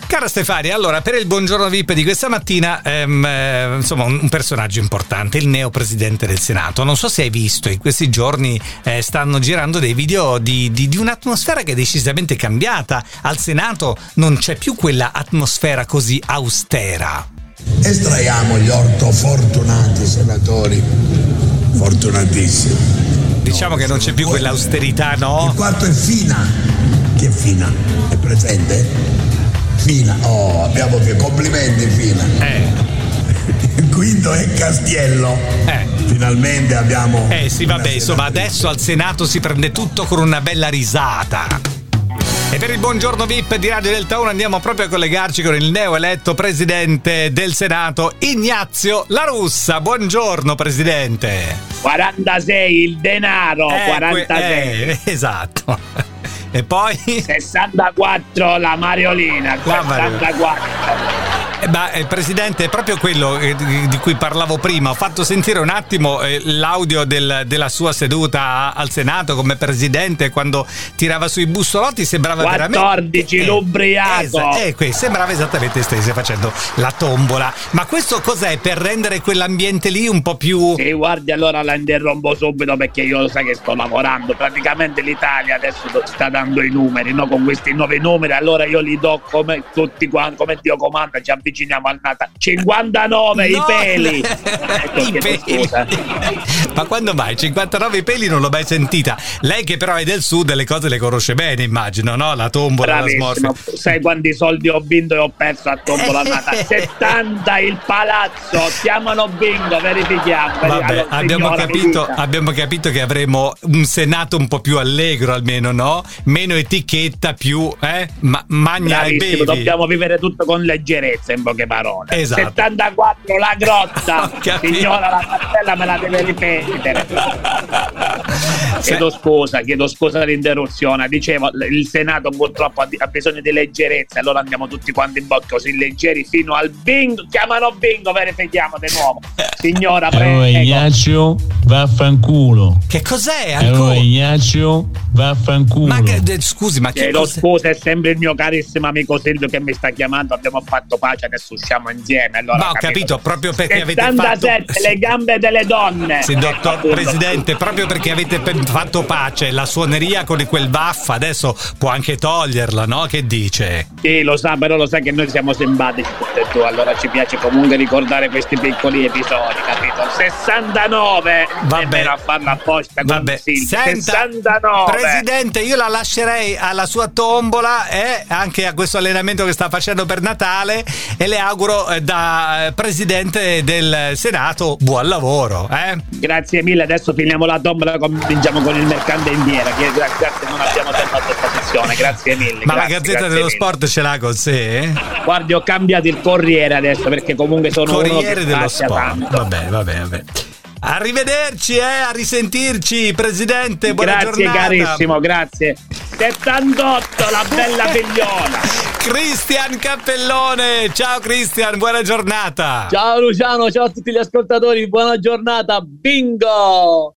Cara Stefania, allora per il buongiorno VIP di questa mattina, insomma un personaggio importante, il neo presidente del Senato. Non so se hai visto, in questi giorni stanno girando dei video di un'atmosfera che è decisamente cambiata. Al Senato non c'è più quella atmosfera così austera. Estraiamo gli ortofortunati senatori, fortunatissimi. Diciamo che non c'è più quell'austerità, no? Il quarto è Fina. Chi è Fina? È presente? Fina, abbiamo che complimenti Fina. Il quinto è Castiello. Finalmente abbiamo. Sì, vabbè, insomma, adesso al Senato si prende tutto con una bella risata. E per il buongiorno VIP di Radio Delta 1 andiamo proprio a collegarci con il neoeletto presidente del Senato, Ignazio La Russa. Buongiorno presidente. 46 il denaro, 46. Esatto. E poi 64 la Mariolina, 64. Presidente, è proprio quello di cui parlavo prima. Ho fatto sentire un attimo l'audio della sua seduta al Senato come presidente, quando tirava sui bussolotti sembrava 14 l'ubriaco. Sembrava esattamente stesse facendo la tombola. Ma questo cos'è? Per rendere quell'ambiente lì un po' più... Sì, guardi, allora la interrompo subito perché io lo sai che sto lavorando. Praticamente l'Italia adesso sta dando i numeri, no? Con questi 9 numeri, allora io li do come tutti quanti, come Dio comanda, ci avviciniamo al Natale. 59 i peli. I peli. Ma quando mai? 59 i peli non l'ho mai sentita. Lei che però è del sud le cose le conosce bene, immagino, no? La tombola, bravissimo. La smorfia. Sai quanti soldi ho vinto e ho perso a tombola nata? 70 il palazzo. Chiamano bingo, verifichiamo. Vabbè, abbiamo capito che avremo un Senato un po' più allegro almeno, no? Meno etichetta, più magna e bevi. Dobbiamo vivere tutto con leggerezza, in poche parole. Esatto. 74 la grotta. Signora, la cartella me la deve ripetere. Chiedo scusa dell'interruzione. Dicevo, il Senato purtroppo ha bisogno di leggerezza, allora andiamo tutti quanti in bocca così leggeri fino al bingo. Chiamano bingo, verifichiamo di nuovo. Signora, prego. Ignazio, vaffanculo. Che cos'è? Allora Ignazio, vaffanculo. Ma scusi, ma che scusa, è sempre il mio carissimo amico Silvio che mi sta chiamando. Abbiamo fatto pace, adesso usciamo insieme. Allora, ma ho capito, proprio perché 77, avete fatto le gambe delle donne. Sì, dottor Presidente, proprio perché avete fatto pace, la suoneria con quel vaffa adesso può anche toglierla, no? Che dice? Sì, lo sa, però lo sai che noi siamo simpatici tutti e due, allora ci piace comunque ricordare questi piccoli episodi, capito? 69. Vabbè, a farla apposta con Silvio. 69. Presidente, io la lascerei alla sua tombola e anche a questo allenamento che sta facendo per Natale, e le auguro da presidente del Senato buon lavoro. Grazie mille, adesso finiamo la tombola, cominciamo con il mercante in fiera, che grazie, non abbiamo tempo a disposizione, grazie mille. Ma la Gazzetta dello Sport ce l'ha con sé? Guardi, ho cambiato il Corriere adesso perché comunque sono Corriere dello Sport. Tanto. Vabbè. Arrivederci, a risentirci, presidente, buona grazie, giornata. Carissimo, grazie. 78, la bella figliola. Cristian Cappellone, ciao Cristian, buona giornata. Ciao Luciano, ciao a tutti gli ascoltatori, buona giornata, bingo!